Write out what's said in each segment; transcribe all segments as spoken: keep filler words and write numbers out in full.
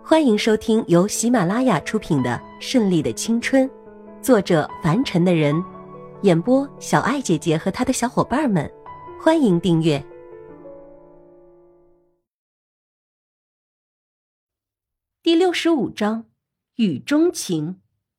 欢迎收听由喜马拉雅出品的《顺利的青春》，作者凡尘的人，演播小爱姐姐和她的小伙伴们。欢迎订阅。第六十五章，雨中情。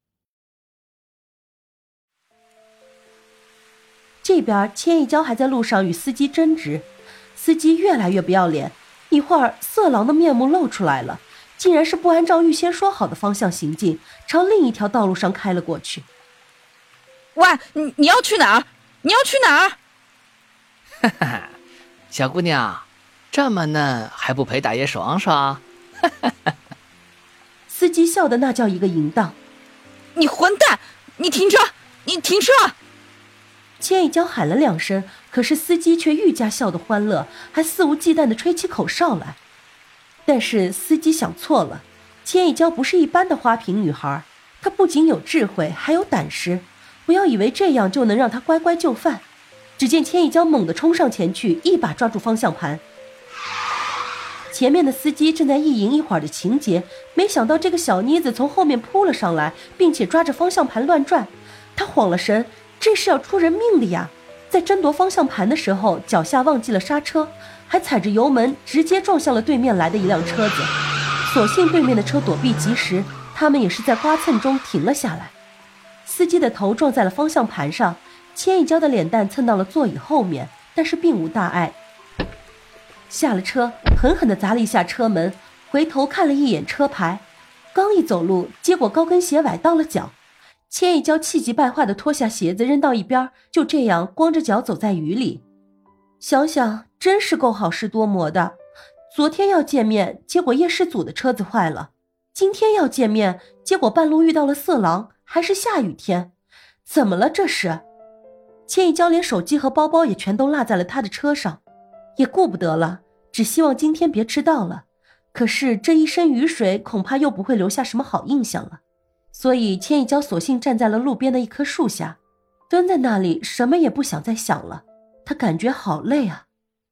这边千一娇还在路上与司机争执，司机越来越不要脸，一会儿色狼的面目露出来了，竟然是不按照预先说好的方向行进，朝另一条道路上开了过去。 喂，你你要去哪儿？你要去哪儿？ 哈哈，小姑娘，这么嫩还不陪大爷爽爽？哈哈哈。 司机笑得那叫一个淫荡。 你混蛋！你停车！你停车！ 千一娇喊了两声，可是司机却愈加笑得欢乐，还肆无忌惮地吹起口哨来。但是司机想错了，千一娇不是一般的花瓶女孩，她不仅有智慧，还有胆识，不要以为这样就能让她乖乖就范。只见千一娇猛地冲上前去，一把抓住方向盘。前面的司机正在一饮一会儿的情节，没想到这个小妮子从后面扑了上来，并且抓着方向盘乱转。他晃了神，这是要出人命的呀！在争夺方向盘的时候，脚下忘记了刹车，还踩着油门直接撞向了对面来的一辆车子。所幸对面的车躲避及时，他们也是在刮蹭中停了下来。司机的头撞在了方向盘上，千一娇的脸蛋蹭到了座椅后面，但是并无大碍。下了车，狠狠地砸了一下车门，回头看了一眼车牌，刚一走路，结果高跟鞋崴到了脚。千一娇气急败坏地脱下鞋子扔到一边，就这样光着脚走在雨里。想想真是够好事多磨的，昨天要见面，结果叶世祖的车子坏了；今天要见面，结果半路遇到了色狼，还是下雨天。怎么了这是？千一娇连手机和包包也全都落在了他的车上，也顾不得了，只希望今天别迟到了。可是这一身雨水恐怕又不会留下什么好印象了，所以千一娇索性站在了路边的一棵树下，蹲在那里，什么也不想再想了。她感觉好累啊。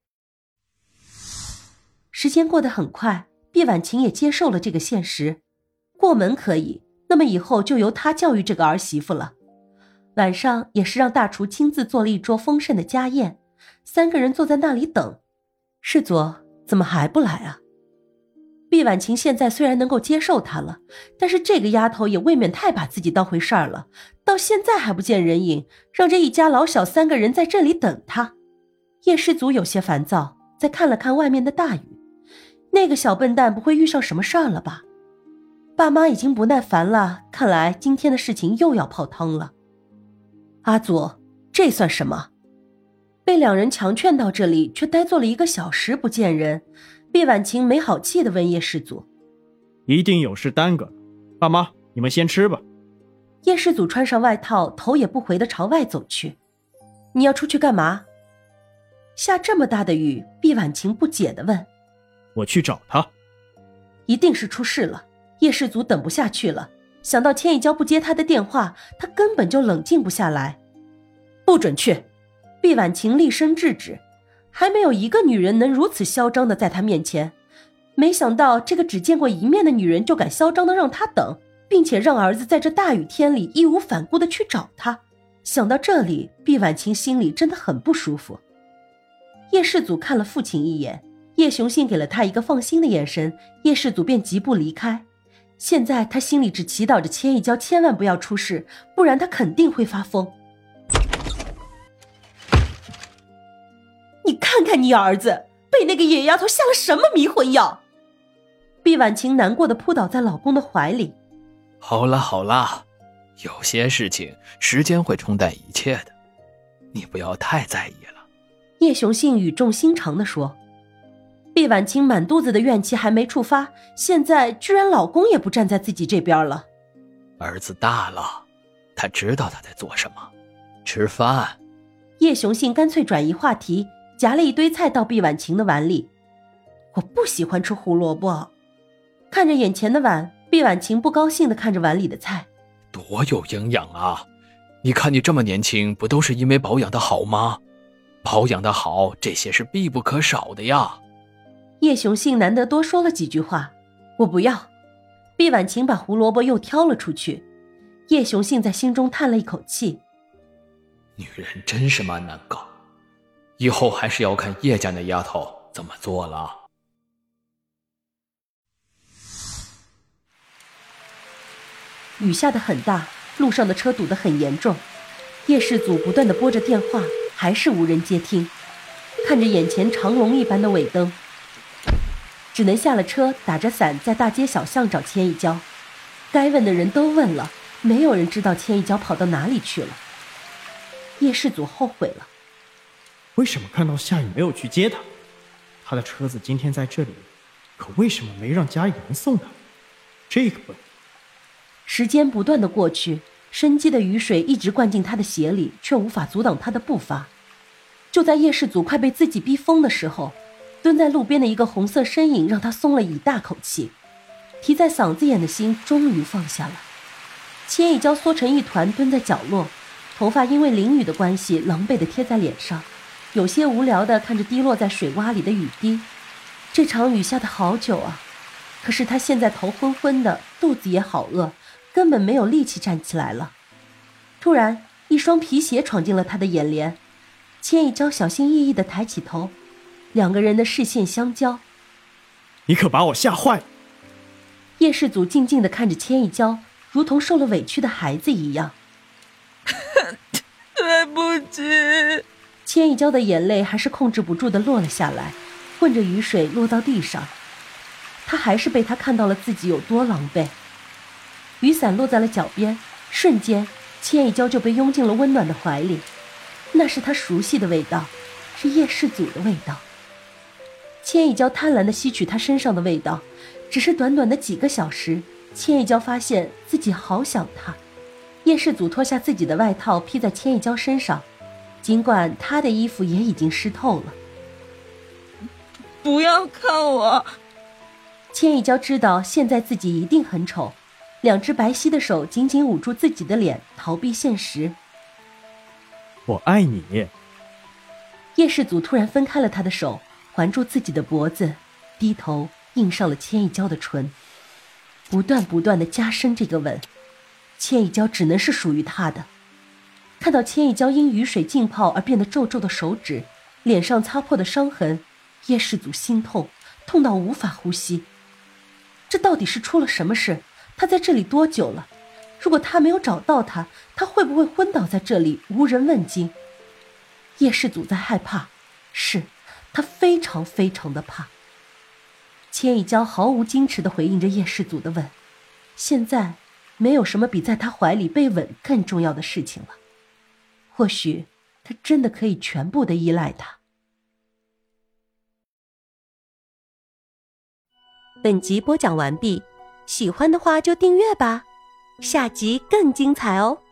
时间过得很快，毕婉晴也接受了这个现实。过门可以，那么以后就由她教育这个儿媳妇了。晚上也是让大厨亲自做了一桌丰盛的家宴，三个人坐在那里等。世佐怎么还不来啊？毕婉晴现在虽然能够接受他了，但是这个丫头也未免太把自己当回事儿了，到现在还不见人影，让这一家老小三个人在这里等他。叶世祖有些烦躁，再看了看外面的大雨，那个小笨蛋不会遇上什么事儿了吧？爸妈已经不耐烦了，看来今天的事情又要泡汤了。阿祖，这算什么？被两人强劝到这里，却呆坐了一个小时不见人。毕婉晴没好气地问叶世祖： 一定有事耽搁了，爸妈你们先吃吧。 叶世祖穿上外套，头也不回地朝外走去。你要出去干嘛？下这么大的雨，毕婉晴不解地问。 我去找他。 一定是出事了。叶世祖等不下去了，想到千一娇不接他的电话，他根本就冷静不下来。不准去！毕婉晴厉声制止。还没有一个女人能如此嚣张的在他面前，没想到这个只见过一面的女人就敢嚣张的让他等，并且让儿子在这大雨天里义无反顾的去找他。想到这里，毕婉晴心里真的很不舒服。叶世祖看了父亲一眼，叶雄信给了他一个放心的眼神，叶世祖便疾步离开。现在他心里只祈祷着千一娇千万不要出事，不然他肯定会发疯。你看看你儿子被那个野丫头下了什么迷魂药。毕婉晴难过的扑倒在老公的怀里。 好了好了，有些事情时间会冲淡一切的，你不要太在意了。 叶雄信语重心长地说。毕婉晴满肚子的怨气还没触发，现在居然老公也不站在自己这边了。 儿子大了，他知道他在做什么。吃饭。 叶雄信干脆转移话题，夹了一堆菜到毕婉晴的碗里。我不喜欢吃胡萝卜。看着眼前的碗，毕婉晴不高兴地看着碗里的菜。 多有营养啊！你看你这么年轻，不都是因为保养的好吗？保养的好，这些是必不可少的呀。 叶雄信难得多说了几句话。我不要， 毕婉晴把胡萝卜又挑了出去。叶雄信在心中叹了一口气， 女人真是蛮难搞，以后还是要看叶家那丫头怎么做了。 雨下得很大，路上的车堵得很严重。叶氏祖不断地拨着电话，还是无人接听。看着眼前长龙一般的尾灯，只能下了车，打着伞在大街小巷找千一娇。该问的人都问了，没有人知道千一娇跑到哪里去了。叶氏祖后悔了， 为什么看到夏雨没有去接他？他的车子今天在这里，可为什么没让家里人送他？这个笨。 时间不断的过去，生机的雨水一直灌进他的鞋里，却无法阻挡他的步伐。就在叶氏祖快被自己逼疯的时候，蹲在路边的一个红色身影让他松了一大口气，提在嗓子眼的心终于放下了。千一娇缩成一团蹲在角落，头发因为淋雨的关系狼狈地贴在脸上，有些无聊地看着滴落在水洼里的雨滴。这场雨下得好久啊，可是他现在头昏昏的，肚子也好饿，根本没有力气站起来了。突然一双皮鞋闯进了他的眼帘，千一娇小心翼翼地抬起头，两个人的视线相交。 你可把我吓坏了。 叶氏祖静静地看着千一娇，如同受了委屈的孩子一样。 对不起。 千一娇的眼泪还是控制不住地落了下来，混着雨水落到地上。他还是被他看到了自己有多狼狈。雨伞落在了脚边，瞬间千一娇就被拥进了温暖的怀里。那是他熟悉的味道，是叶氏祖的味道。千一娇贪婪地吸取他身上的味道，只是短短的几个小时，千一娇发现自己好想他。叶氏祖脱下自己的外套披在千一娇身上，尽管他的衣服也已经湿透了。 不要看我。 千一娇知道现在自己一定很丑，两只白皙的手紧紧捂住自己的脸，逃避现实。 我爱你。 叶氏祖突然分开了他的手，环住自己的脖子，低头印上了千一娇的唇，不断不断地加深这个吻。千一娇只能是属于他的。看到千一娇因雨水浸泡而变得皱皱的手指，脸上擦破的伤痕，叶氏祖心痛，痛到无法呼吸。这到底是出了什么事？他在这里多久了？如果他没有找到他，他会不会昏倒在这里，无人问津？叶氏祖在害怕，是他非常非常的怕。千一娇毫无矜持地回应着叶氏祖的吻，现在没有什么比在他怀里被吻更重要的事情了。或许他真的可以全部的依赖他。本集播讲完毕，喜欢的话就订阅吧，下集更精彩哦。